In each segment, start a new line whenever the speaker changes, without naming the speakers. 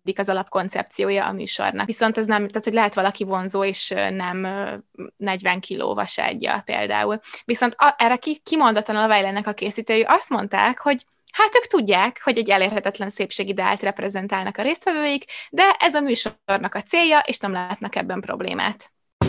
működik az alapkoncepciója a műsornak. Viszont ez nem, tehát hogy lehet valaki vonzó, és nem 40 kiló vasárgyal például. Viszont erre kimondottan a Love Islandnek a készítői azt mondták, hogy hát ők tudják, hogy egy elérhetetlen szépségideált reprezentálnak a résztvevőik, de ez a műsornak a célja, és nem látnak ebben problémát.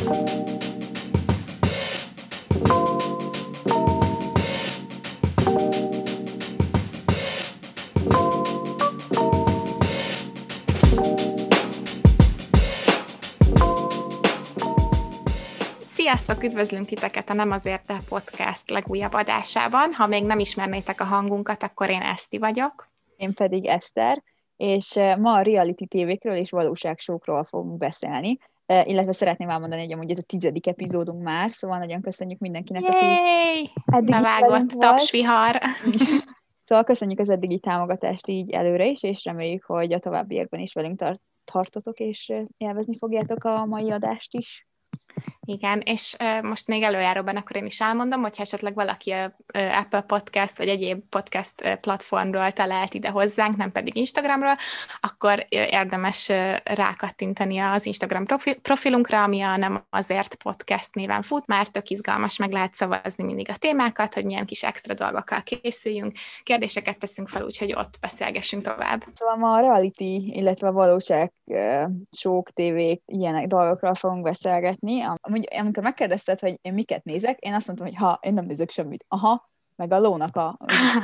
Sziasztok, üdvözlünk titeket a Nem azért te podcast legújabb adásában. Ha még nem ismernétek a hangunkat, akkor én Eszti vagyok.
Én pedig Eszter, és ma a reality tévékről és valóságsókról fogunk beszélni, illetve szeretném elmondani, hogy amúgy ez a 10. epizódunk már, szóval nagyon köszönjük mindenkinek, aki eddig is velünk volt.
Tapsvihar!
Szóval köszönjük az eddigi támogatást így előre is, és reméljük, hogy a továbbiakban is velünk tartotok, és élvezni fogjátok a mai adást is.
Igen, és most még előjáróban akkor én is elmondom, hogyha esetleg valaki a Apple Podcast vagy egyéb podcast platformról talált ide hozzánk, nem pedig Instagramról, akkor érdemes rákattintani az Instagram profilunkra, ami a Nem azért podcast néven fut. Már tök izgalmas, meg lehet szavazni mindig a témákat, hogy milyen kis extra dolgokkal készüljünk. Kérdéseket teszünk fel, úgyhogy ott beszélgessünk tovább.
Szóval ma a reality, illetve a valóság show, tévék, ilyenek dolgokról fogunk beszélgetni. Amikor megkérdezted, hogy én miket nézek, én azt mondtam, hogy én nem nézek semmit. Meg a lónak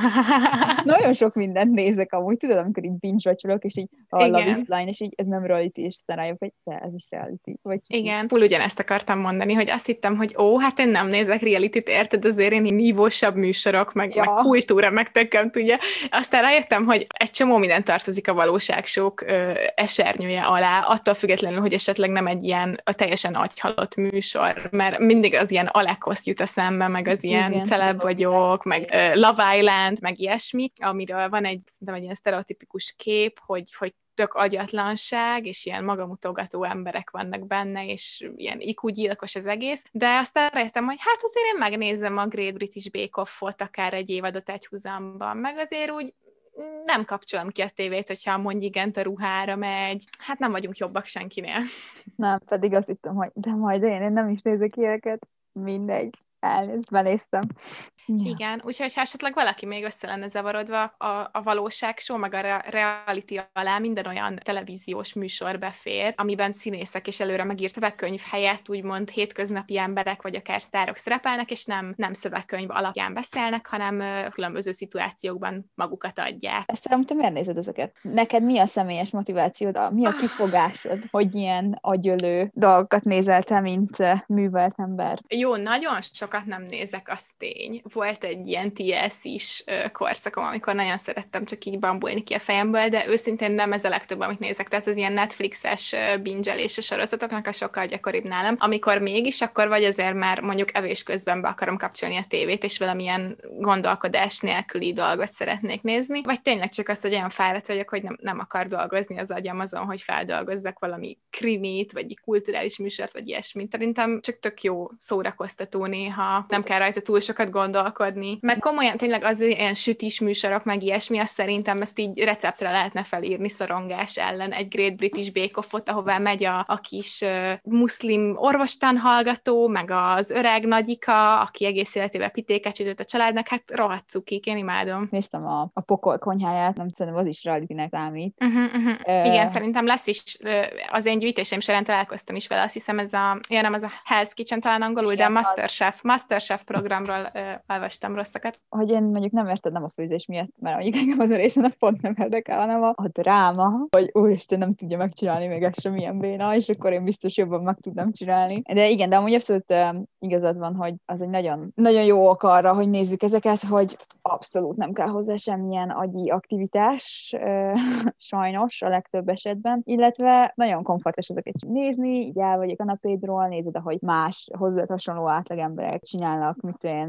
nagyon sok mindent nézek amúgy, tudod, amikor így binge-watcholok, és így a Love is Blind, és így ez nem reality, és aztán rájövök, hogy ez is reality.
Igen, full ugyanezt akartam mondani, hogy azt hittem, hogy hát én nem nézek realityt, érted, azért én nívósabb műsorok, meg kultúra, meg tökkem tudja. Aztán rájöttem, hogy egy csomó minden tartozik a valóságsók esernyője alá, attól függetlenül, hogy esetleg nem egy ilyen teljesen agyhalott műsor, mert mindig az ilyen alekoszt jut eszembe, meg az ilyen celeb vagyok, meg Love Island, meg ilyesmi, amiről van szerintem egy ilyen sztereotipikus kép, hogy tök agyatlanság, és ilyen magamutogató emberek vannak benne, és ilyen IQ-gyilkos az egész, de aztán rájöttem, hogy hát azért én megnézem a Great British Bake Off-ot akár egy évadot egyhuzamban, meg azért úgy nem kapcsolom ki a tévét, hogyha mondj igent a ruhára megy. Hát nem vagyunk jobbak senkinél.
Nem, pedig azt hittem, hogy de majd én nem is nézek ilyeneket. Mindegy. Elnézést, benéztem.
Igen, úgyhogy ha esetleg valaki még össze lenne zavarodva, a valóságshow, meg a reality alá minden olyan televíziós műsor befér, amiben színészek és előre megírt szövegkönyv helyett úgymond hétköznapi emberek vagy akár sztárok szerepelnek, és nem szövegkönyv alapján beszélnek, hanem különböző szituációkban magukat adják.
Ezt tudom, te miért nézed ezeket? Neked mi a személyes motivációd, mi a kifogásod, hogy ilyen agyölő dolgokat nézel te, mint művelt ember?
Jó, nagyon sokat nem nézek, az tény. Volt egy ilyen TLC-s korszakom, amikor nagyon szerettem csak így bambulni ki a fejemből, de őszintén nem ez a legtöbb, amit nézek. Tehát az ilyen Netflixes binge-eléses sorozatoknak a sokkal gyakoribb nálam. Amikor mégis, akkor vagy azért már mondjuk evés közben be akarom kapcsolni a tévét, és valamilyen gondolkodás nélküli dolgot szeretnék nézni, vagy tényleg csak az, hogy olyan fáradt vagyok, hogy nem akar dolgozni az agyam azon, hogy feldolgozzak valami krimit, vagy egy kulturális műsort, vagy ilyesmit. Szerintem csak tök jó szórakoztató néha, nem kell rajta túl sokat gondolkodni. Meg komolyan tényleg az ilyen sütis műsorok, meg ilyesmi, azt szerintem ezt így receptre lehetne felírni szorongás ellen egy Great British Bake Off-ot, ahová megy a kis muszlim orvostan hallgató, meg az öreg nagyika, aki egész életében pitéket sütött a családnak, hát rohadt cukik, én imádom.
Néztem a Pokol konyháját, nem szerintem az is reality-nek számít.
Igen, szerintem lesz is, az én gyűjtésem során találkoztam is vele, azt hiszem ez nem az a Hell's Kitchen talán angolul, igen, de a Masterchef programról olvastam rosszakat.
Hogy én mondjuk nem a főzés miatt, mert mondjuk engem az a részen pont nem érdekel, hanem a dráma, hogy úristen nem tudja megcsinálni még ezt sem ilyen béna, és akkor én biztos jobban meg tudnám csinálni. De igen, de amúgy abszolút igazad van, hogy az egy nagyon, nagyon jó ok arra, hogy nézzük ezeket, hogy abszolút nem kell hozzá semmilyen agyi aktivitás, sajnos a legtöbb esetben, illetve nagyon komfortos ezeket nézni, így el vagy a kanapédról, nézed, ahogy más hozzá hasonló átlagemberek csinálnak, mit olyan, akár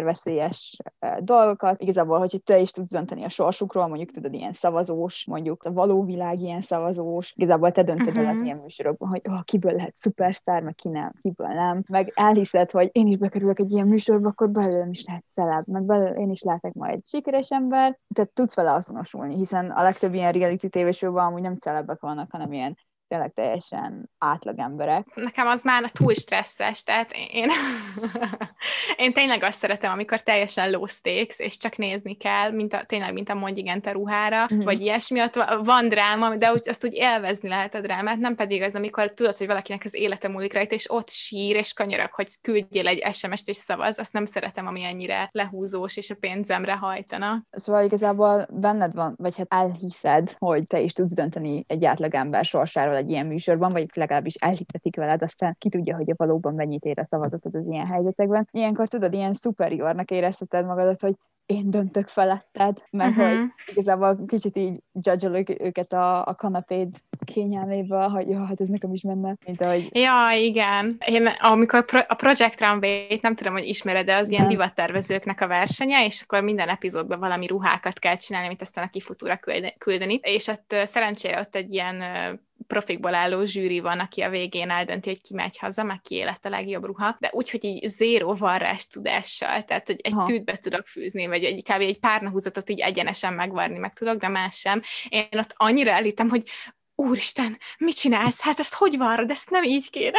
veszélyes dolgokat. Igazából, hogyha te is tudsz dönteni a sorsukról, mondjuk tudod, ilyen szavazós, mondjuk a való világ ilyen szavazós, igazából te döntöd el az ilyen műsorokban, hogy kiből lehet szupersztár, meg ki nem, kiből nem. Meg elhiszed, hogy én is bekerülök egy ilyen műsorba, akkor belőlem is lehet celeb, meg belőlem én is lehetek majd sikeres ember. Tehát tudsz vele azonosulni, hiszen a legtöbb ilyen reality tévésóban amúgy nem celebek vannak, hanem ilyen tényleg teljesen átlag emberek.
Nekem az már túl stresszes, tehát én tényleg azt szeretem, amikor teljesen low stakes, és csak nézni kell, tényleg, mint a Mondj igent a ruhára, vagy ilyesmi, ott van dráma, de azt úgy élvezni lehet a drámát, nem pedig az, amikor tudod, hogy valakinek az élete múlik rajta, és ott sír, és kanyarag, hogy küldjél egy SMS-t, és szavaz, azt nem szeretem, ami ennyire lehúzós, és a pénzemre hajtana.
Szóval igazából benned van, vagy hát elhiszed, hogy te is tudsz dönteni egy átlagember sorsáról egy ilyen műsorban, vagy legalábbis elhitetik veled, aztán ki tudja, hogy a valóban mennyit ér a szavazatod az ilyen helyzetekben. Ilyenkor tudod, ilyen superiornak érezheted magadat, hogy én döntök feletted, meg hogy igazából kicsit így judge-olok őket a kanapéd kényelméből, hogy jó, hát ez nekem is menne, mint ahogy...
Ja, igen. Én amikor a Project Runway-t, nem tudom, hogy ismered, de az ilyen divattervezőknek a versenye, és akkor minden epizódban valami ruhákat kell csinálni, amit aztán a kifutóra küldeni. És ott szerencsére ott egy ilyen profikból álló zsűri van, aki a végén eldönti, hogy ki megy haza, meg ki lett a legjobb ruha, de úgy, hogy így zéró varrás tudással, tehát hogy egy tűtbe tudok fűzni, vagy kb. Egy párnahúzatot így egyenesen megvarni meg tudok, de más sem. Én ott annyira elítem, hogy úristen, mit csinálsz? Hát ezt hogy varrod? Ezt nem így kéne.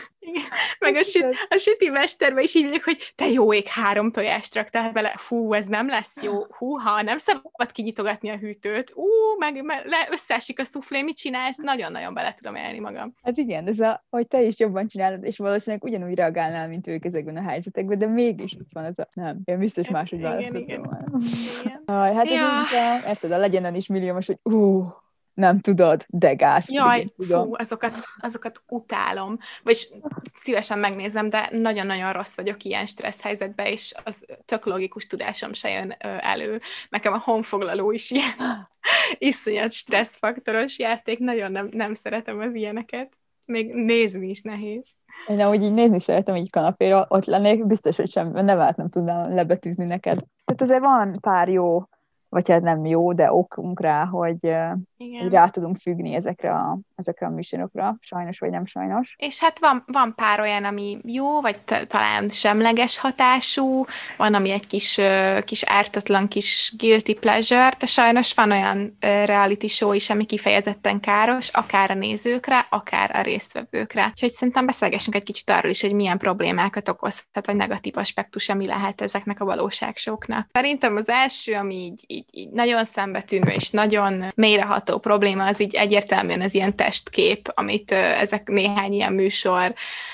Meg a süti mesterben is így vagyok, hogy te jó ég, 3 tojást raktál bele, fú, ez nem lesz jó, húha, nem szabad kinyitogatni a hűtőt, meg összeesik a szuflé, mit csinálsz? Nagyon-nagyon bele tudom élni magam.
Hát igen, ez hogy te is jobban csinálod, és valószínűleg ugyanúgy reagálnál, mint ők ezekben a helyzetekben, de mégis ott van ez a nem, én biztos máshogy választottam volna. Hát ez érted, a Legendben is milliómos, hogy nem tudod, de gáz.
Jaj, fú, azokat utálom. Vagy szívesen megnézem, de nagyon-nagyon rossz vagyok ilyen stressz helyzetben, és az tök logikus tudásom se jön elő. Nekem a honfoglaló is ilyen iszonyat stresszfaktoros játék, nagyon nem szeretem az ilyeneket. Még nézni is nehéz.
Én ahogy így nézni szeretem, így kanapéra ott lennék, biztos, hogy sem nevet nem tudnám lebetűzni neked. Tehát azért van pár jó, vagy hát nem jó, de okunk rá, hogy rá tudunk függni ezekre a műsorokra, sajnos vagy nem sajnos.
És hát van pár olyan, ami jó, vagy talán semleges hatású, van, ami egy kis ártatlan, kis guilty pleasure, de sajnos van olyan reality show is, ami kifejezetten káros, akár a nézőkre, akár a résztvevőkre. Úgyhogy szerintem beszélgessünk egy kicsit arról is, hogy milyen problémákat okozhat, vagy negatív aspektusa mi lehet ezeknek a valóságsóknak. Szerintem az első, ami így nagyon szembetűnő és nagyon mélyreható probléma, az így egyértelműen az ilyen testkép, amit ezek néhány ilyen műsor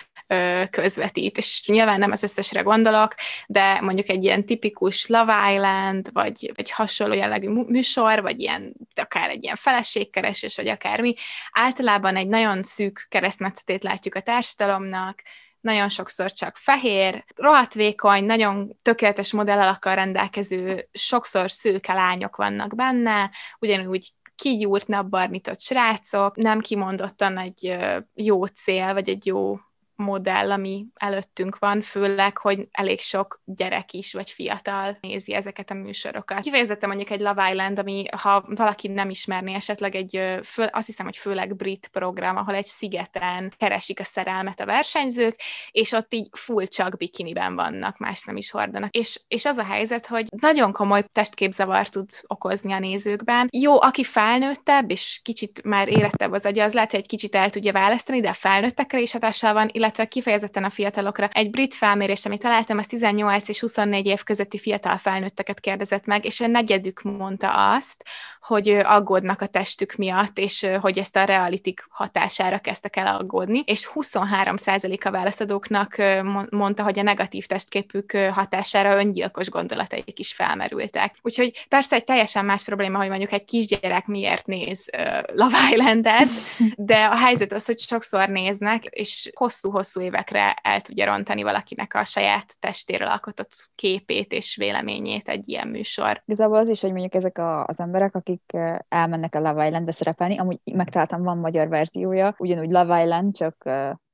közvetít, és nyilván nem az összesre gondolok, de mondjuk egy ilyen tipikus Love Island, vagy hasonló jellegű műsor, vagy ilyen, akár egy ilyen feleségkeresés, vagy akármi, általában egy nagyon szűk keresztmetszetét látjuk a társadalomnak, nagyon sokszor csak fehér, rohadt vékony, nagyon tökéletes modellalakkal rendelkező, sokszor szőke lányok vannak benne, ugyanúgy kigyúrt, napbarnított srácok, nem kimondottan egy jó cél, vagy egy jó modell, ami előttünk van, főleg, hogy elég sok gyerek is, vagy fiatal nézi ezeket a műsorokat. Kifejezetten mondjuk egy Love Island, ami, ha valaki nem ismerné, esetleg azt hiszem, hogy főleg brit program, ahol egy szigeten keresik a szerelmet a versenyzők, és ott így full csak bikiniben vannak, más nem is hordanak. És az a helyzet, hogy nagyon komoly testképzavar tud okozni a nézőkben. Jó, aki felnőttebb, és kicsit már érettebb az agya, az lehet, hogy egy kicsit el tudja választani, de a felnőttekre is hatással van, illetve kifejezetten a fiatalokra. Egy brit felmérés, amit találtam, az 18 és 24 év közötti fiatal felnőtteket kérdezett meg, és a negyedük mondta azt, hogy aggódnak a testük miatt, és hogy ezt a realitik hatására kezdtek el aggódni, és 23% a válaszadóknak mondta, hogy a negatív testképük hatására öngyilkos gondolataik is felmerültek. Úgyhogy persze egy teljesen más probléma, hogy mondjuk egy kisgyerek miért néz Love Islandet, de a helyzet az, hogy sokszor néznek, és hosszú évekre el tudja rontani valakinek a saját testéről alkotott képét és véleményét egy ilyen műsor.
Igazából az is, hogy mondjuk ezek az emberek, akik elmennek a Love Islandbe szerepelni, amúgy megtaláltam, van magyar verziója, ugyanúgy Love Island, csak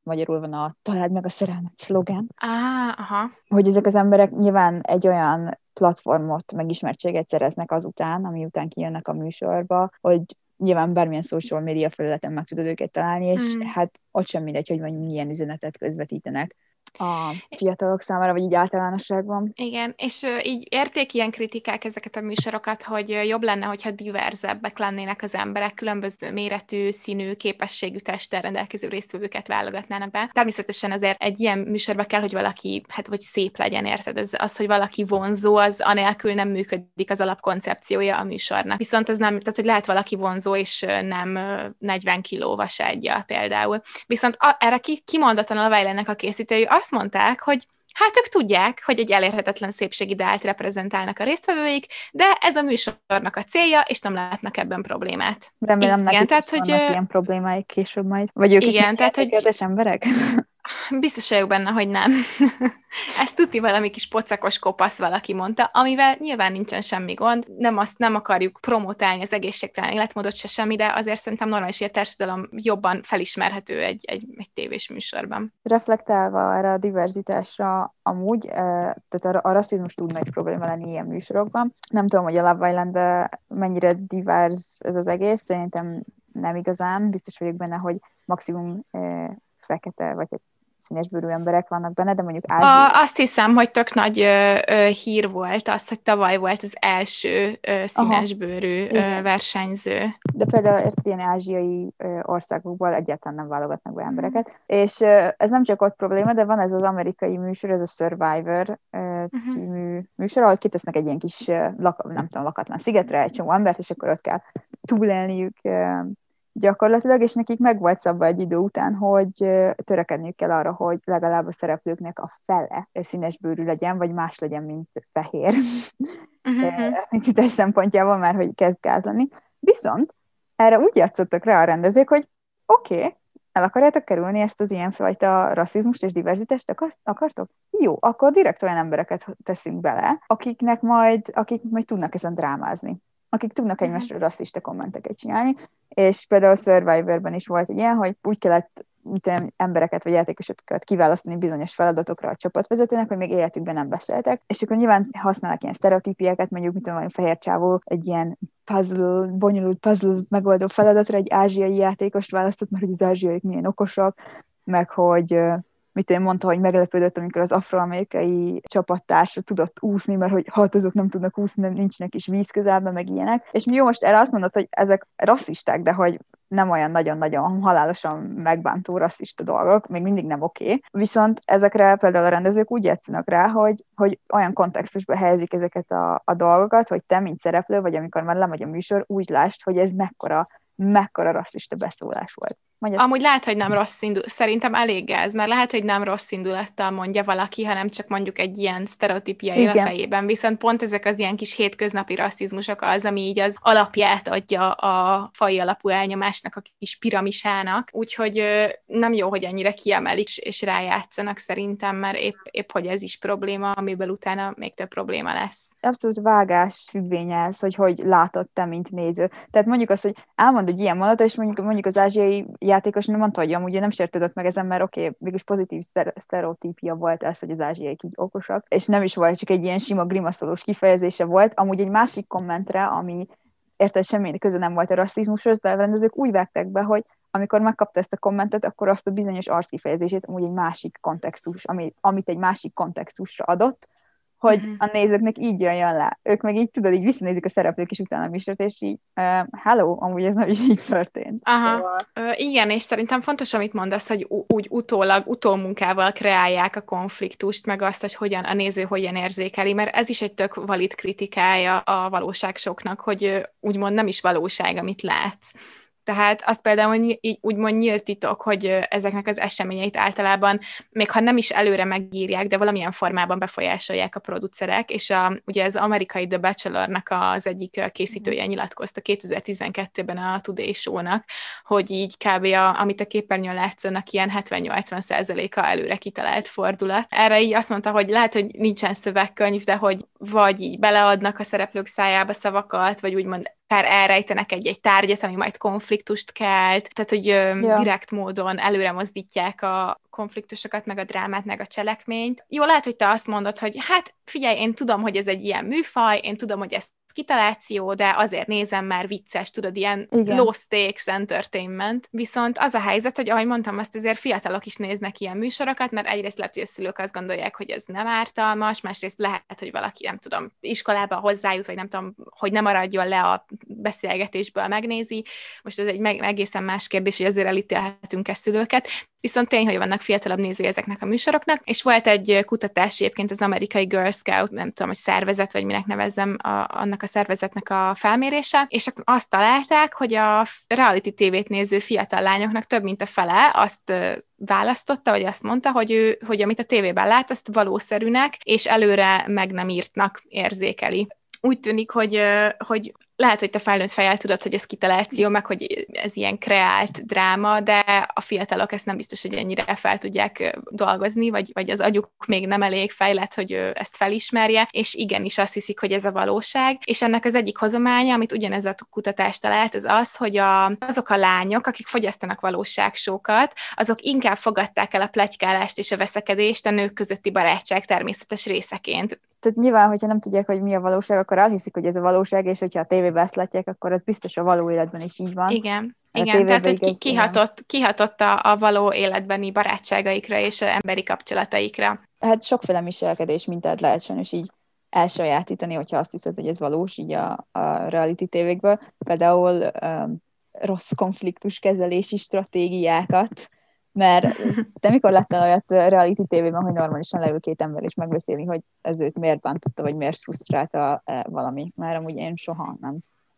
magyarul van a találd meg a szerelmet szlogen,
Aha.
hogy ezek az emberek nyilván egy olyan platformot, meg ismertséget szereznek azután, ami után kijönnek a műsorba, hogy nyilván bármilyen social media felületen meg tudod őket találni, és hát ott sem mindegy, hogy milyen üzenetet közvetítenek a fiatalok számára, vagy így általánosságban.
Igen, és így érték ilyen kritikák ezeket a műsorokat, hogy jobb lenne, hogyha diverzebbek lennének az emberek, különböző méretű, színű, képességű testtel rendelkező résztvevőket válogatnának be. Természetesen azért egy ilyen műsorban kell, hogy valaki, hát vagy szép legyen, érted? Az, hogy valaki vonzó, az anélkül nem működik az alapkoncepciója a műsornak. Viszont az nem, tehát hogy lehet valaki vonzó, és nem 40 kiló vasággyal például. Viszont erre kimondottan a Love Islandnek a készítői azt mondták, hogy hát ők tudják, hogy egy elérhetetlen szépségideált reprezentálnak a résztvevőik, de ez a műsornak a célja, és nem látnak ebben problémát.
Remélem nekik
tehát,
is vannak ilyen problémáik később majd. Vagy ők
igen,
is
tehát,
értékeltes emberek?
Biztos vagyok benne, hogy nem. Ezt tuti valami kis pocakos kopasz valaki mondta, amivel nyilván nincsen semmi gond. Nem akarjuk promotálni az egészségtelen életmódot se semmi, de azért szerintem normális, hogy a társadalom jobban felismerhető egy tévés műsorban.
Reflektálva erre a diverzitásra amúgy, tehát a rasszizmus tud nagy probléma lenni ilyen műsorokban. Nem tudom, hogy a Love Island mennyire divers ez az egész, szerintem nem igazán. Biztos vagyok benne, hogy maximum fekete, vagy színesbőrű emberek vannak benne, de mondjuk
Azt hiszem, hogy tök nagy hír volt az, hogy tavaly volt az első színesbőrű versenyző.
De például érted, ilyen ázsiai országokból egyáltalán nem válogatnak be embereket. És ez nem csak ott probléma, de van ez az amerikai műsor, ez a Survivor című műsor, ahol kitesznek egy ilyen kis, nem tudom, lakatlan szigetre egy csomó embert, és akkor ott kell túlélniük gyakorlatilag, és nekik meg volt szabva egy idő után, hogy törekedniük kell arra, hogy legalább a szereplőknek a fele színesbőrű legyen, vagy más legyen, mint fehér. Etnicitás szempontjából már, hogy kezd gáz lenni. Viszont erre úgy játszottak rá a rendezők, hogy oké, el akarjátok kerülni ezt az ilyenfajta rasszizmust és diverzitást, akartok? Jó, akkor direkt olyan embereket teszünk bele, akik majd tudnak ezen drámázni, akik tudnak egymásra rasszista kommenteket csinálni, és például a Survivorban is volt egy ilyen, hogy úgy kellett embereket vagy játékosokat kiválasztani bizonyos feladatokra a csapatvezetőnek, hogy még életükben nem beszéltek, és akkor nyilván használnak ilyen sztereotípiákat, mondjuk, mit tudom, fehér csávó egy ilyen bonyolult puzzle megoldó feladatra egy ázsiai játékost választott, mert hogy az ázsiaiak milyen okosak, meg hogy mondta, hogy meglepődött, amikor az afroamerikai csapattársa tudott úszni, mert hogy hát azok nem tudnak úszni, nem nincsenek is víz közelben, meg ilyenek. És mi jó, most erre azt mondod, hogy ezek rasszisták, de hogy nem olyan nagyon-nagyon halálosan megbántó rasszista dolgok, még mindig nem oké. Viszont ezekre például a rendezők úgy játszanak rá, hogy olyan kontextusba helyezik ezeket a dolgokat, hogy te, mint szereplő, vagy amikor már lemegy a műsor, úgy lásd, hogy ez mekkora rasszista beszólás volt.
Amúgy lehet, hogy nem rossz szerintem elég gáz, mert lehet, hogy nem rossz indulattal mondja valaki, hanem csak mondjuk egy ilyen sztereotípia él a fejében, viszont pont ezek az ilyen kis hétköznapi rasszizmusok az, ami így az alapját adja a faji alapú elnyomásnak, a kis piramisának, úgyhogy nem jó, hogy ennyire kiemelik és rájátszanak szerintem, mert épp hogy ez is probléma, amiből utána még több probléma lesz.
Abszolút vágás függvény ez, hogy látod te, mint néző. Tehát mondjuk azt, hogy elmond egy ilyen mondatot, és mondjuk az ázsiai játékos nem mondta, hogy amúgy nem sértődött meg ezen, mert mégis pozitív sztereotípia volt ez, hogy az ázsiaiak így okosak, és nem is volt, csak egy ilyen sima grimaszolós kifejezése volt. Amúgy egy másik kommentre, ami érted, semmi köze nem volt a rasszizmushoz, de a rendezők úgy vágták be, hogy amikor megkapta ezt a kommentet, akkor azt a bizonyos arckifejezését amúgy egy másik kontextus, amit egy másik kontextusra adott, hogy a nézőknek így jön le. Ők meg így, tudod, így visszanézik a szereplők is utána a műsort, és így, hello, amúgy ez nem is így történt.
Aha. Szóval... Igen, és szerintem fontos, amit mondasz, hogy úgy utómunkával kreálják a konfliktust, meg azt, hogy hogyan a néző hogyan érzékeli, mert ez is egy tök valid kritikája a valóságsoknak, hogy úgymond nem is valóság, amit látsz. Tehát az például úgymond nyílt titok, hogy ezeknek az eseményeit általában, még ha nem is előre megírják, de valamilyen formában befolyásolják a producerek, és ugye az amerikai The Bachelor-nak az egyik készítője nyilatkozta 2012-ben a Today Show-nak, hogy így kb. Amit a képernyőn látszanak, ilyen 70-80%-a előre kitalált fordulat. Erre így azt mondta, hogy lehet, hogy nincsen szövegkönyv, de hogy vagy így beleadnak a szereplők szájába szavakat, vagy úgymond elrejtenek egy tárgyat, ami majd konfliktust kelt, tehát hogy direkt módon előre mozdítják a konfliktusokat, meg a drámát, meg a cselekményt. Jó, lehet, hogy te azt mondod, hogy hát figyelj, én tudom, hogy ez egy ilyen műfaj, én tudom, hogy ez kitaláció, de azért nézem, már vicces, tudod, ilyen low stakes entertainment. Viszont az a helyzet, hogy ahogy mondtam, azt azért fiatalok is néznek ilyen műsorokat, mert egyrészt lehet, hogy a szülők azt gondolják, hogy ez nem ártalmas, másrészt lehet, hogy valaki, nem tudom, iskolába hozzájut, vagy nem tudom, hogy nem maradjon le a beszélgetésből, megnézi. Most ez egy egészen más kérdés, hogy azért elítélhetünk-e szülőket. Viszont tény, hogy vannak fiatalabb nézői ezeknek a műsoroknak, és volt egy kutatás egyébként az amerikai Girl Scout, nem tudom, hogy szervezet, vagy minek nevezzem annak a szervezetnek a felmérése, és azt találták, hogy a reality tévét néző fiatal lányoknak több mint a fele azt választotta, vagy azt mondta, hogy amit a tévében lát, azt valószerűnek, és előre meg nem írtnak érzékeli. Úgy tűnik, hogy lehet, hogy te felnőtt fejjel tudod, hogy ez kitaláció, meg hogy ez ilyen kreált dráma, de a fiatalok ezt nem biztos, hogy ennyire fel tudják dolgozni, vagy az agyuk még nem elég fejlett, hogy ezt felismerje, és igenis azt hiszik, hogy ez a valóság. És ennek az egyik hozománya, amit ugyanez a kutatás talált, az az, hogy azok a lányok, akik fogyasztanak valóságsókat, azok inkább fogadták el a pletykálást és a veszekedést a nők közötti barátság természetes részeként.
Tehát nyilván, hogyha nem tudják, hogy mi a valóság, akkor elhiszik, hogy ez a valóság, és hogyha a tévében ezt látják, akkor az biztos a való életben is így van.
Igen, tehát hogy kihatott a való életbeni barátságaikra és emberi kapcsolataikra.
Hát sokféle viselkedés mintát lehet sajnos így elsajátítani, hogyha azt hiszed, hogy ez valós, így a reality tévékből. Például rossz konfliktuskezelési stratégiákat, mert te mikor láttál olyat reality tévében, hogy normálisan leül két ember és megbeszélni, hogy ez őt miért bántotta, vagy miért frusztrálta valami? Már amúgy én soha nem.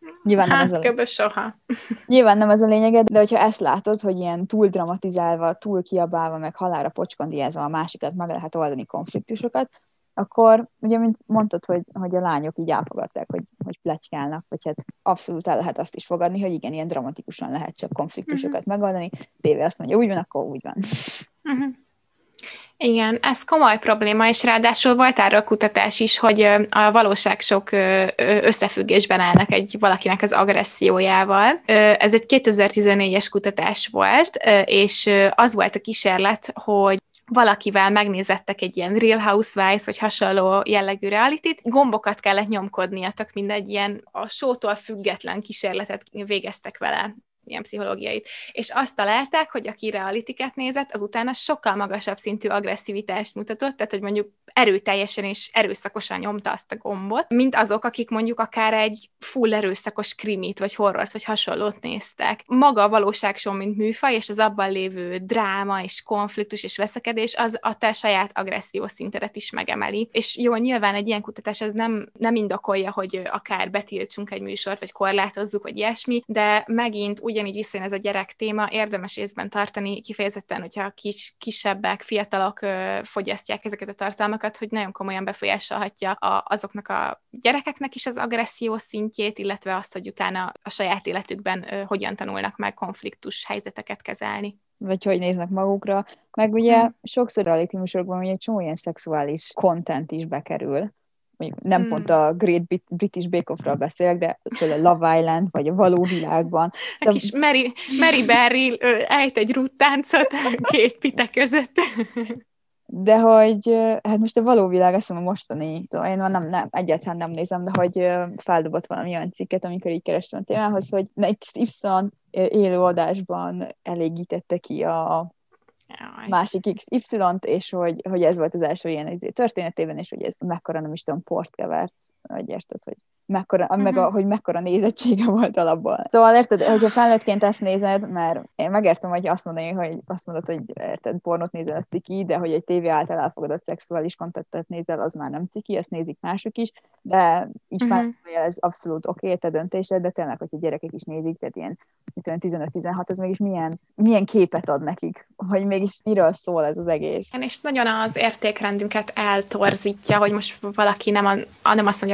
Soha.
Nyilván nem ez a lényege, de hogyha ezt látod, hogy ilyen túl dramatizálva, túl kiabálva, meg halálra pocskondiázva a másikat meg lehet oldani konfliktusokat, akkor ugye, mint mondtad, hogy a lányok így elfogadták, hogy pletykálnak, vagy hát abszolút el lehet azt is fogadni, hogy igen, ilyen dramatikusan lehet csak konfliktusokat megoldani. Tévé azt mondja, úgy van, akkor úgy van.
Igen, ez komoly probléma, és ráadásul volt arra a kutatás is, hogy a valóság sok összefüggésben állnak valakinek az agressziójával. Ez egy 2014-es kutatás volt, és az volt a kísérlet, hogy valakivel megnézettek egy ilyen Real Housewives, vagy hasonló jellegű realityt, gombokat kellett nyomkodnia, tök mindegy ilyen a showtól független kísérletet végeztek vele, ilyen pszichológiait. És azt találták, hogy aki realityket nézett, az utána sokkal magasabb szintű agresszivitást mutatott, tehát hogy mondjuk erőteljesen és erőszakosan nyomta azt a gombot, mint azok, akik mondjuk akár egy full erőszakos krimit, vagy horrort, vagy hasonlót néztek. Maga a valóságshow, mint műfaj, és az abban lévő dráma, és konfliktus, és veszekedés, az a te saját agressziós szintedet is megemeli. És jó, nyilván egy ilyen kutatás az nem indokolja, hogy akár betiltsunk egy műsort, vagy korlátozzuk, vagy ilyesmi, de megint ugyanígy visszajön ez a gyerek téma, érdemes észben tartani, kifejezetten, hogyha kisebbek, fiatalok fogyasztják ezeket a tartalmakat, hogy nagyon komolyan befolyásolhatja azoknak a gyerekeknek is az agresszió szintjét, illetve azt, hogy utána a saját életükben hogyan tanulnak meg konfliktus helyzeteket kezelni.
Vagy hogy néznek magukra. Meg ugye sokszor reality műsorokban egy csomó ilyen szexuális content is bekerül. Nem pont a Great British Bake Off-ról beszélek, de például a Love Island, vagy a való világban.
A kis Mary Berry ejt egy rúttáncot két pite között.
De hogy, hát most a való világ, azt mondom, mostani, én egyáltalán nem nézem, de hogy feldobott valami olyan cikket, amikor így kerestem a témához, hogy XY élőadásban elégítette ki a másik XY-t, és hogy ez volt az első ilyen történetében, és hogy ez mekkora, nem is tudom, port kevert, vagy érted, hogy hogy mekkora nézettsége volt alapból. Szóval érted, hogyha felnőttként ezt nézed, mert én megértem, hogy azt mondod, hogy érted, pornót nézel, az ciki, de hogy egy tévé által elfogadott szexuális kontentet nézel, az már nem ciki, ezt nézik mások is, de így felnőtt, ez abszolút oké, te döntésed, de tényleg, hogyha gyerekek is nézik, tehát ilyen 15-16, ez mégis milyen képet ad nekik, hogy mégis miről szól ez az egész.
És nagyon az értékrendünket eltorzítja, hogy most valaki nem azt mondja,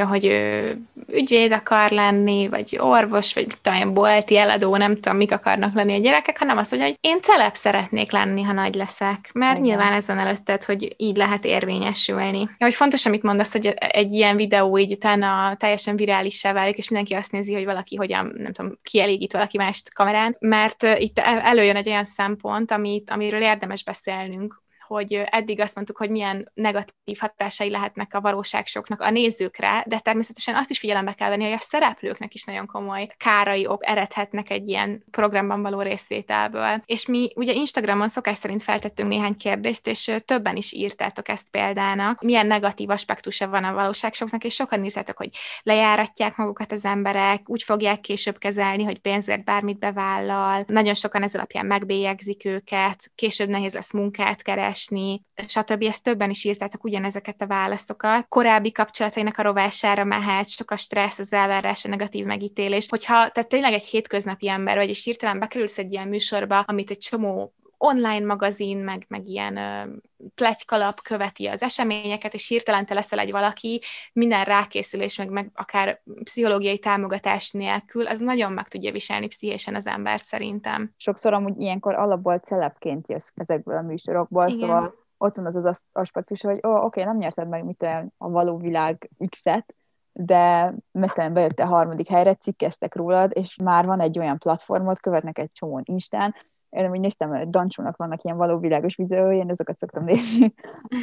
mondja, hogy ő ügyvéd akar lenni, vagy orvos, vagy talán bolti eladó, nem tudom, mik akarnak lenni a gyerekek, hanem azt mondja, hogy én celeb szeretnék lenni, ha nagy leszek. Mert
Igen.
nyilván ezen előtted, hogy így lehet érvényesülni. Ja, hogy fontos, amit mondasz, hogy egy ilyen videó így utána teljesen virálissá válik, és mindenki azt nézi, hogy valaki hogyan, nem tudom, kielégít valaki mást kamerán, mert itt előjön egy olyan szempont, amiről érdemes beszélnünk, hogy eddig azt mondtuk, hogy milyen negatív hatásai lehetnek a valóságsoknak a nézőkre, de természetesen azt is figyelembe kell venni, hogy a szereplőknek is nagyon komoly kárai eredhetnek egy ilyen programban való részvételből. És mi ugye Instagramon szokás szerint feltettünk néhány kérdést, és többen is írtátok ezt példának, milyen negatív aspektusa van a valóságsoknak, és sokan írtátok, hogy lejáratják magukat az emberek, úgy fogják később kezelni, hogy pénzért bármit bevállal, nagyon sokan ez alapján megbélyegzik őket, később nehéz lesz munkát keresni, stb. Ezt többen is írtátok ugyanezeket a válaszokat. Korábbi kapcsolatainak a rovására mehet, sok a stressz, az elvárás, a negatív megítélés. Hogyha te tényleg egy hétköznapi ember vagy, és hirtelen bekerülsz egy ilyen műsorba, amit egy csomó online magazin, meg ilyen pletykalap követi az eseményeket, és hirtelen te leszel egy valaki, minden rákészülés, meg akár pszichológiai támogatás nélkül, az nagyon meg tudja viselni pszichésen az embert szerintem.
Sokszor amúgy ilyenkor alapból celebként jössz ezekből a műsorokból, igen. Szóval ott van az aspektus, hogy oké, nem nyerted meg mit olyan a való világ X-et, de mesztelen bejöttél a 3. helyre, cikkeztek rólad, és már van egy olyan platformot, követnek egy csomó Instán. Én úgy néztem, Dancsónak vannak ilyen valóvilágos videói, én azokat szoktam nézni.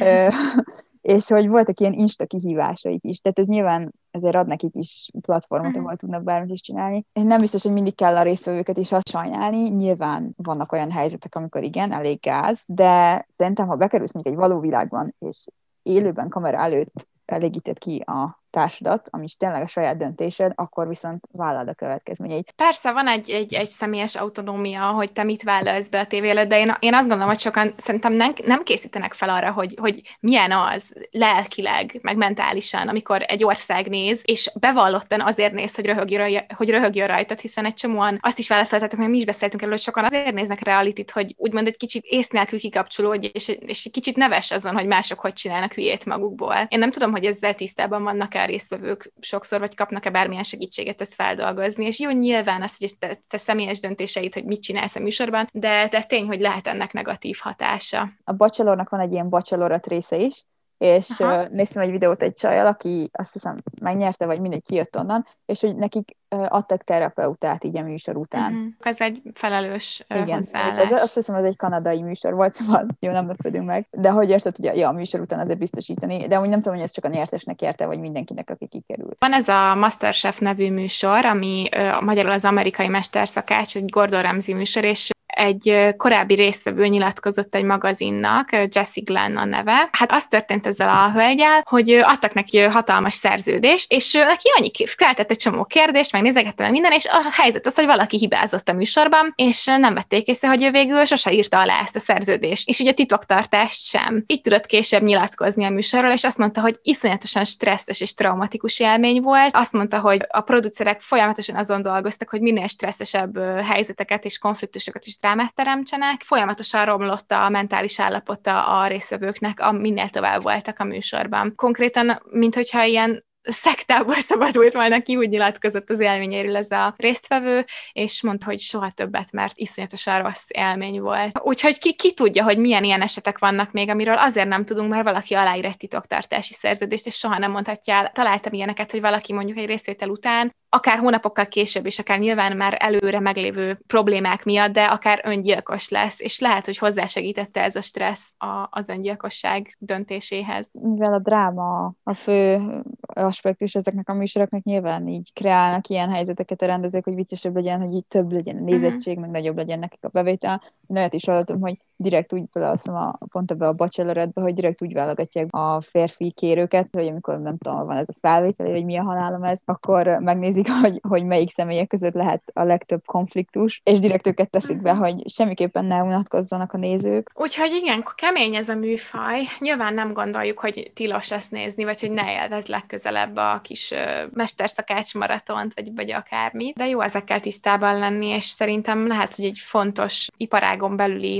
És hogy voltak ilyen Insta kihívásaik is. Tehát ez nyilván ezért ad nekik is platformot, ahol tudnak bármit is csinálni. Én nem biztos, hogy mindig kell a résztvevőket is azt sajnálni. Nyilván vannak olyan helyzetek, amikor igen, elég gáz, de szerintem, ha bekerülsz mondjuk egy való világban, és élőben kamera előtt elégíted ki a társadat, ami is tényleg a saját döntésed, akkor viszont vállald a következményeit.
Persze, van egy személyes autonómia, hogy te mit vállalsz be a tévé előtt, de én azt gondolom, hogy sokan szerintem nem készítenek fel arra, hogy milyen az lelkileg, meg mentálisan, amikor egy ország néz, és bevallottan azért néz, hogy röhögjön rajtad, hiszen egy csomóan azt is válaszoltatok, mert mi is beszéltünk erről, hogy sokan azért néznek realitit, hogy úgymond egy kicsit ész nélkül kikapcsolódj, és egy kicsit neves azon, hogy mások hogy csinálnak hülyét magukból. Én nem tudom, hogy ezzel tisztában vannak a résztvevők sokszor, vagy kapnak-e bármilyen segítséget ezt feldolgozni. És jó, nyilván az, hogy te személyes döntéseid, hogy mit csinálsz a műsorban, de tény, hogy lehet ennek negatív hatása.
A Bachelornak van egy ilyen Bachelorette része is, és néztem egy videót egy csajjal, aki azt hiszem megnyerte, vagy mindegy kijött onnan, és hogy nekik adtak terapeutát így a műsor után.
Ez egy felelős hozzáállás.
Igen, azt hiszem, ez egy kanadai műsor volt, szóval jó, nem lepődünk meg. De hogy érted, hogy a műsor után azért biztosítani, de úgy nem tudom, hogy ez csak a nyertesnek érte, vagy mindenkinek, aki kikerült.
Van ez a MasterChef nevű műsor, ami magyarul az amerikai mesterszakács, egy Gordon Ramsay műsor, és egy korábbi résztvevő nyilatkozott egy magazinnak, Jessie Glenn a neve. Hát az történt ezzel a hölgyel, hogy adtak neki hatalmas szerződést, és neki annyi feltett egy csomó kérdést, meg nézegette meg minden, és a helyzet az, hogy valaki hibázott a műsorban, és nem vették észre, hogy ő végül sose írta alá ezt a szerződést. És ugye a titoktartást sem. Így tudott később nyilatkozni a műsorról, és azt mondta, hogy iszonyatosan stresszes és traumatikus élmény volt. Azt mondta, hogy a producerek folyamatosan azon dolgoztak, hogy minél stresszesebb helyzeteket és konfliktusokat is drámát teremtsenek. Folyamatosan romlott a mentális állapota a résztvevőknek, minél tovább voltak a műsorban. Konkrétan, minthogyha ilyen szektából szabadult volna ki, úgy nyilatkozott az élményéről ez a résztvevő, és mondta, hogy soha többet, mert iszonyatosan rossz élmény volt. Úgyhogy ki tudja, hogy milyen ilyen esetek vannak még, amiről azért nem tudunk, mert valaki aláír egy titoktartási szerződést, és soha nem mondhatja el. Találtam ilyeneket, hogy valaki mondjuk egy részvétel után, akár hónapokkal később, és akár nyilván már előre meglévő problémák miatt, de akár öngyilkos lesz, és lehet, hogy hozzásegítette ez a stressz az öngyilkosság döntéséhez.
Mivel a dráma a fő aspektus ezeknek a műsoroknak, nyilván így kreálnak ilyen helyzeteket a rendezők, hogy viccesebb legyen, hogy így több legyen a nézettség, meg nagyobb legyen nekik a bevétel. Én olyat is hallottam, hogy direkt úgy, például pont ebbe a Bachelorette-be, hogy direkt úgy válogatják a férfi kérőket, hogy amikor nem tudom, van ez a felvétel, vagy mi a halálom ez, akkor megnézik, hogy melyik személyek között lehet a legtöbb konfliktus, és direkt őket teszik be, hogy semmiképpen ne unatkozzanak a nézők.
Úgyhogy igen, kemény ez a műfaj. Nyilván nem gondoljuk, hogy tilos ezt nézni, vagy hogy ne élvez legközelebb a kis mesterszakács maratont, vagy akármi. De jó ezekkel tisztában lenni, és szerintem lehet, hogy egy fontos iparágon belüli döntés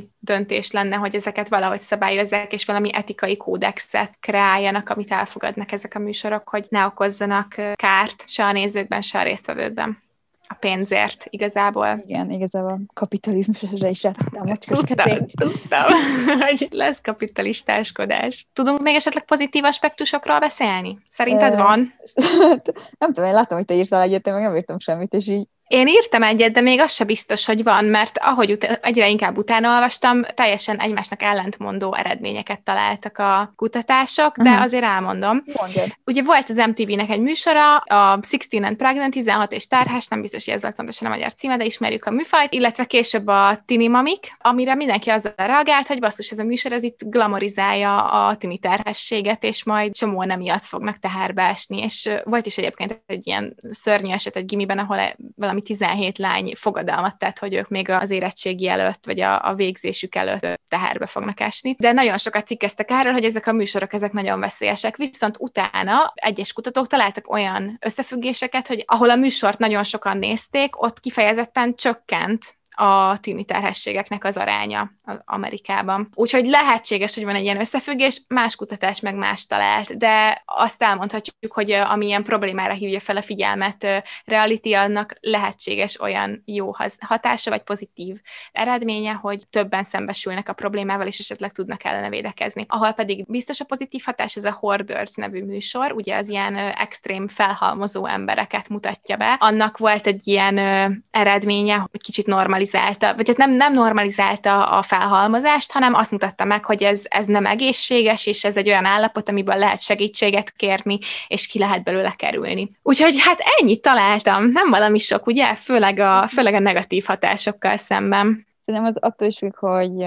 döntés lenne, hogy ezeket valahogy szabályozzák, és valami etikai kódexet kreáljanak, amit elfogadnak ezek a műsorok, hogy ne okozzanak kárt se a nézőkben, se a résztvevőkben. A pénzért igazából.
Igen, igazából kapitalizmusra is rátettem a macskás kezét.
Tudtam, hogy lesz kapitalistáskodás. Tudunk még esetleg pozitív aspektusokról beszélni? Szerinted van?
Nem tudom, én látom, hogy te írtál egyet, én meg nem írtam semmit, és így
Én írtam egyet, de még az se biztos, hogy van, mert ahogy egyre inkább utána olvastam, teljesen egymásnak ellentmondó eredményeket találtak a kutatások, de azért elmondom.
mondjad.
Ugye volt az MTV-nek egy műsora, a 16 and Pregnant, 16 és terhes, nem biztos, hogy ez volt pontosan a magyar címe, de ismerjük a műfajt, illetve később a Tini Mamik, amire mindenki azzal reagált, hogy basszus, ez a műsor, ez itt glamorizálja a tini terhességet, és majd csomóan emiatt fognak teherbe esni, és volt is egyébként egy ilyen szörnyű eset egy gimiben, ahol valami 17 lány fogadalmat tett, hogy ők még az érettségi előtt, vagy a végzésük előtt teherbe fognak esni. De nagyon sokat cikkeztek erről, hogy ezek a műsorok, ezek nagyon veszélyesek. Viszont utána egyes kutatók találtak olyan összefüggéseket, hogy ahol a műsort nagyon sokan nézték, ott kifejezetten csökkent a tini terhességeknek az aránya Amerikában. Úgyhogy lehetséges, hogy van egy ilyen összefüggés, más kutatás meg más talált, de azt elmondhatjuk, hogy ami ilyen problémára hívja fel a figyelmet reality, annak lehetséges olyan jó hatása, vagy pozitív eredménye, hogy többen szembesülnek a problémával, és esetleg tudnak ellene védekezni. Ahol pedig biztos a pozitív hatás, ez a Hoarders nevű műsor, ugye az ilyen extrém felhalmozó embereket mutatja be. Annak volt egy ilyen eredménye, hogy kicsit normalizálta, vagy hát nem normalizálta a felhalmozást, hanem azt mutatta meg, hogy ez nem egészséges, és ez egy olyan állapot, amiből lehet segítséget kérni, és ki lehet belőle kerülni. Úgyhogy hát ennyit találtam, nem valami sok, ugye? Főleg a negatív hatásokkal szemben.
Szerintem az attól is függ, hogy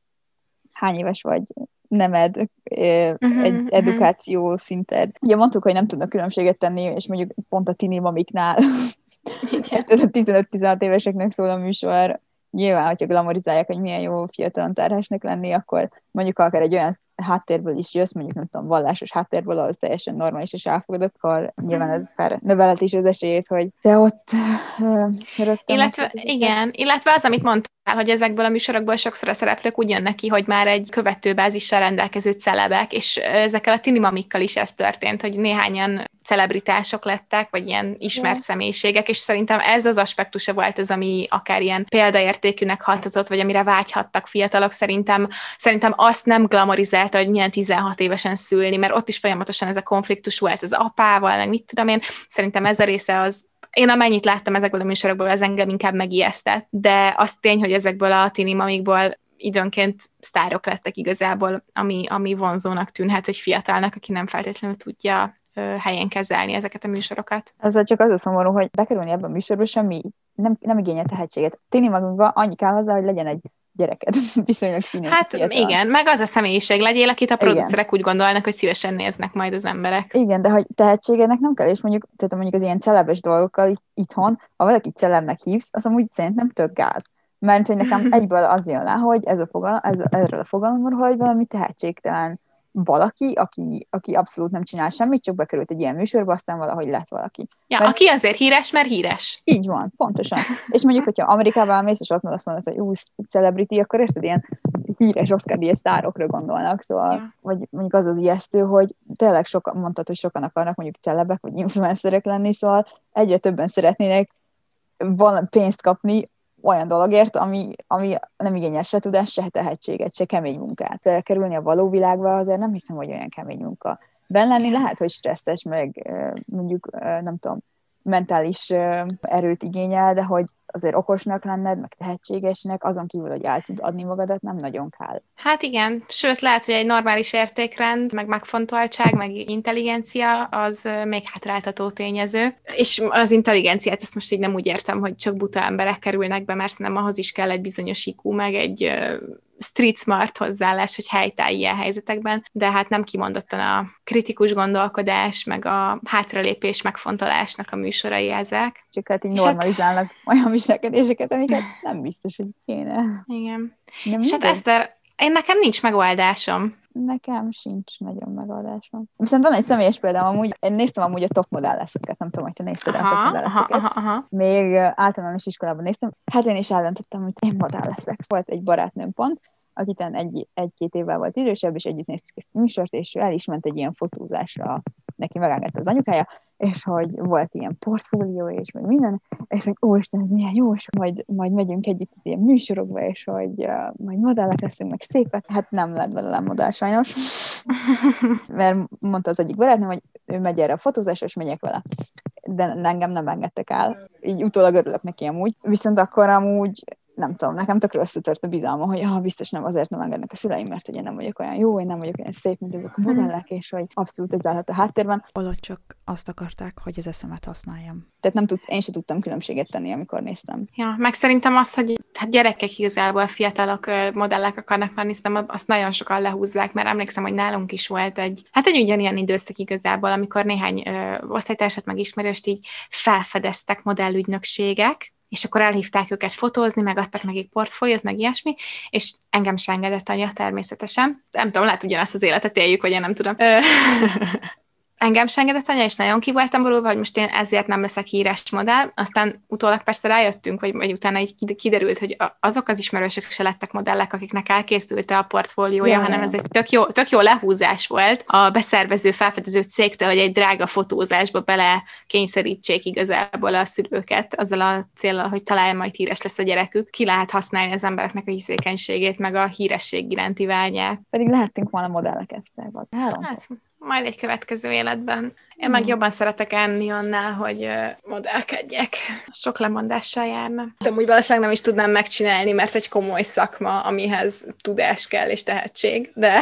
hány éves vagy, nemed, egy edukáció szinted. Ugye mondtuk, hogy nem tudnak különbséget tenni, és mondjuk pont a tini mamiknál 15-16 éveseknek szól a műsor. Nyilván, hogyha glamorizálják, hogy milyen jó fiatalon terhesnek lenni, akkor mondjuk akár egy olyan háttérből is jössz, mondjuk nem tudom, vallásos háttérből, az teljesen normális és elfogadott, akkor nyilván ez növelhet is az esélyét, hogy te ott rögtön...
Illetve az, amit mondtál, hogy ezekből a műsorokból sokszor a szereplők úgy jönnek ki, hogy már egy követőbázissal rendelkező celebek, és ezekkel a tini mamikkal is ez történt, hogy néhányan celebritások lettek, vagy ilyen ismert személyiségek, és szerintem ez az aspektusa volt az, ami akár ilyen példaértékűnek hathatott, vagy amire vágyhattak fiatalok, szerintem azt nem glamorizálta, hogy milyen 16 évesen szülni, mert ott is folyamatosan ez a konfliktus volt az apával, meg mit tudom én, szerintem ez a része az, én amennyit láttam ezekből a műsorokból, az engem inkább megijesztett, de az tény, hogy ezekből a tini mamikból időnként sztárok lettek igazából, ami vonzónak tűnhet egy fiatalnak, aki nem feltétlenül tudja helyén kezelni ezeket a műsorokat.
Ezzel csak az a szomorú, hogy bekerülni ebben a műsorba semmi, nem igényel tehetséget. Tini magunkban annyi kell hozzá, hogy legyen egy gyereked, viszonylag finom.
Hát igen, meg az a személyiség legyél, akit a producerek úgy gondolnak, hogy szívesen néznek majd az emberek.
Igen, de hogy tehetségednek nem kell, és mondjuk az ilyen celebes dolgokkal itthon, ha valaki celebnek hívsz, az amúgy szerintem tök gáz. Mert hogy nekem egyből az jön le, hogy erről a fogalomról, hogy valami tehetségtelen valaki, aki abszolút nem csinál semmit, csak bekerült egy ilyen műsorba, aztán valahogy lett valaki.
Ja, aki azért híres, mert híres.
Így van, pontosan. És mondjuk, hogyha Amerikában mész, és ott azt mondod, hogy celebrity, akkor érted, ilyen híres Oscar-díjas sztárokra gondolnak, szóval, vagy mondjuk az az ijesztő, hogy tényleg mondtad, hogy sokan akarnak mondjuk celebek, vagy influencerek lenni, szóval egyre többen szeretnének pénzt kapni olyan dologért, ami nem igényel se tudást, se tehetséget, se kemény munkát. Felkerülni a való világba azért nem hiszem, hogy olyan kemény munka. Benn lenni lehet, hogy stresszes, meg mondjuk, nem tudom, mentális erőt igényel, de hogy azért okosnak lenned, meg tehetségesnek, azon kívül, hogy el tud adni magadat, nem nagyon kell.
Hát igen, sőt lehet, hogy egy normális értékrend, meg megfontoltság, meg intelligencia, az még hátráltató tényező. És az intelligenciát, ezt most így nem úgy értem, hogy csak buta emberek kerülnek be, mert nem ahhoz is kell egy bizonyos IQ, meg egy street smart hozzáállás, hogy helytállj ilyen helyzetekben, de hát nem kimondottan a kritikus gondolkodás, meg a hátralépés megfontolásnak a műsorai ezek.
Csak hát így normalizálnak olyan viselkedéseket, amiket nem biztos, hogy kéne.
Igen. És hát Eszter, nekem nincs megoldásom.
Nekem sincs nagyon megoldásom. Viszont van egy személyes példám amúgy, én néztem amúgy a Top Model-eszeket, nem tudom, hogy te nézted a Top Model-eszeket. Még általános iskolában néztem. Hát én is eldöntöttem, hogy én modell leszek. Volt egy barátnőm pont, aki egy-két évvel volt idősebb, és együtt néztük ezt a műsort, és el is ment egy ilyen fotózásra, neki megengedte az anyukája, és hogy volt ilyen portfólió, és meg minden, és hogy úristen, ez milyen jó, és majd megyünk együtt az ilyen műsorokba, és hogy majd modellek leszünk, meg szépek. Hát nem lett belőlem modell sajnos, mert mondta az egyik barátnőm, hogy ő megy erre a fotózásra, és megyek vele. De engem nem engedtek el. Így utólag örülök neki amúgy. Viszont akkor amúgy nem tudom, nekem tökre összetört a bizalma, hogy biztos nem azért nem engednek a szüleim, mert ugye nem vagyok olyan jó, én nem vagyok olyan szép, mint ezek a modellek, és hogy abszolút ez állhat a háttérben.
Holott csak azt akarták, hogy az eszemet használjam.
Tehát én sem tudtam különbséget tenni, amikor néztem.
Ja, meg szerintem az, hogy hát gyerekek igazából fiatalok modellek akarnak lenni, szerintem azt nagyon sokan lehúzzák, mert emlékszem, hogy nálunk is volt egy ugyanilyen időszak igazából, amikor néhány osztálytársat meg ismerőst így felfedeztek modellügynökségek, és akkor elhívták őket fotózni, meg adtak nekik portfóliót, meg ilyesmi, és engem se engedett anya természetesen. Nem tudom, lehet ugyanazt az életet éljük, vagy én nem tudom. Engem se engedett anya, és nagyon ki voltam borulva, hogy most én ezért nem leszek híres modell. Aztán utólag persze rájöttünk, vagy utána így kiderült, hogy azok az ismerősök se lettek modellek, akiknek elkészült a portfóliója, hanem ez egy tök jó lehúzás volt a beszervező, felfedező cégtől, hogy egy drága fotózásba bele kényszerítsék igazából a szülőket, azzal a céllal, hogy talán majd híres lesz a gyerekük. Ki lehet használni az embereknek a hiszékenységét, meg a híresség iránti vágyát.
Pedig lehettünk volna modelleket.
Majd egy következő életben. Én meg jobban szeretek enni annál, hogy modellkedjek. Sok lemondással járna. De úgy valószínűleg nem is tudnám megcsinálni, mert egy komoly szakma, amihez tudás kell és tehetség, de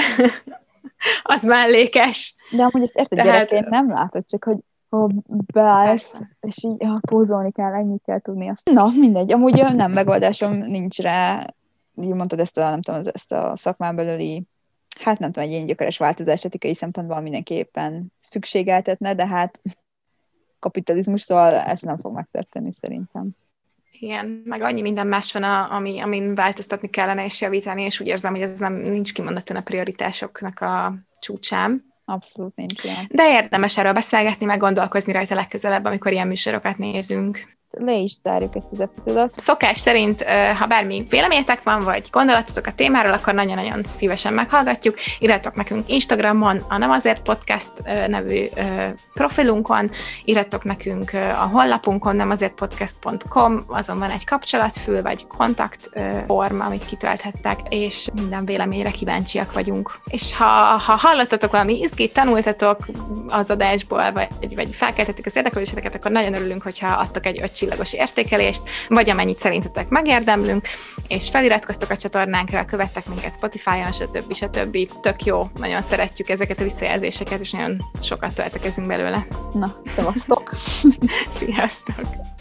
az mellékes.
De amúgy ezt érted, gyerekként nem látod, csak hogy ha beállsz, és így pózolni kell, ennyit kell tudni. Na, mindegy. Amúgy nem megoldásom nincs rá. Így mondtad ezt a szakmán belüli, hát nem tudom, egy ilyen gyökeres változás etikai szempontból mindenképpen szükségeltetne, de hát kapitalizmus, szóval ez nem fog megtörténni szerintem.
Igen, meg annyi minden más van, amin változtatni kellene és javítani, és úgy érzem, hogy ez nincs kimondottan a prioritásoknak a csúcsán.
Abszolút nincs ilyen.
De érdemes erről beszélgetni, meg gondolkozni rajta legközelebb, amikor ilyen műsorokat nézünk.
Le is zárjuk ezt az epizódot.
Szokás szerint, ha bármi véleményetek van, vagy gondolatotok a témáról, akkor nagyon-nagyon szívesen meghallgatjuk. Írjatok nekünk Instagramon, a Nem Azért Podcast nevű profilunkon, írjatok nekünk a honlapunkon, nemazértpodcast.com, azon van egy kapcsolatfül, vagy kontaktform, amit kitölthettek, és minden véleményre kíváncsiak vagyunk. És ha hallottatok valami izgit, tanultatok az adásból, vagy felkeltettük az érdeklődéseteket, akkor nagyon örülünk, hogyha adtok egy 5 csillagos értékelést, vagy amennyit szerintetek megérdemlünk, és feliratkoztok a csatornánkra, követtek minket Spotify-on, stb. Tök jó, nagyon szeretjük ezeket a visszajelzéseket, és nagyon sokat töltekezünk belőle.
Na, szevasztok!
Sziasztok!